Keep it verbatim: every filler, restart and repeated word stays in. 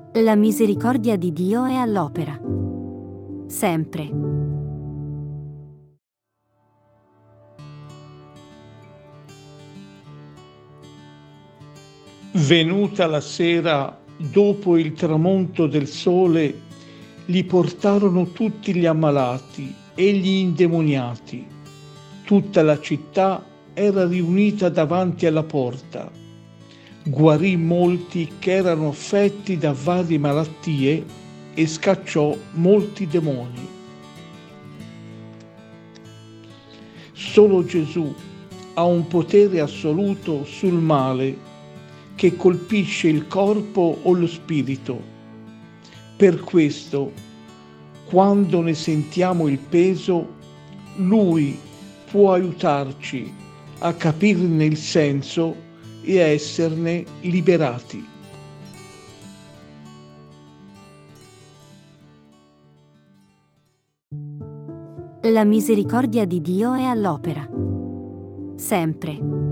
La misericordia di Dio è all'opera. Sempre. Venuta la sera, dopo il tramonto del sole, li portarono tutti gli ammalati e gli indemoniati. Tutta la città era riunita davanti alla porta. Guarì molti che erano affetti da varie malattie e scacciò molti demoni. Solo Gesù ha un potere assoluto sul male che colpisce il corpo o lo spirito. Per questo, quando ne sentiamo il peso, Lui può aiutarci a capirne il senso e a esserne liberati. La misericordia di Dio è all'opera. Sempre.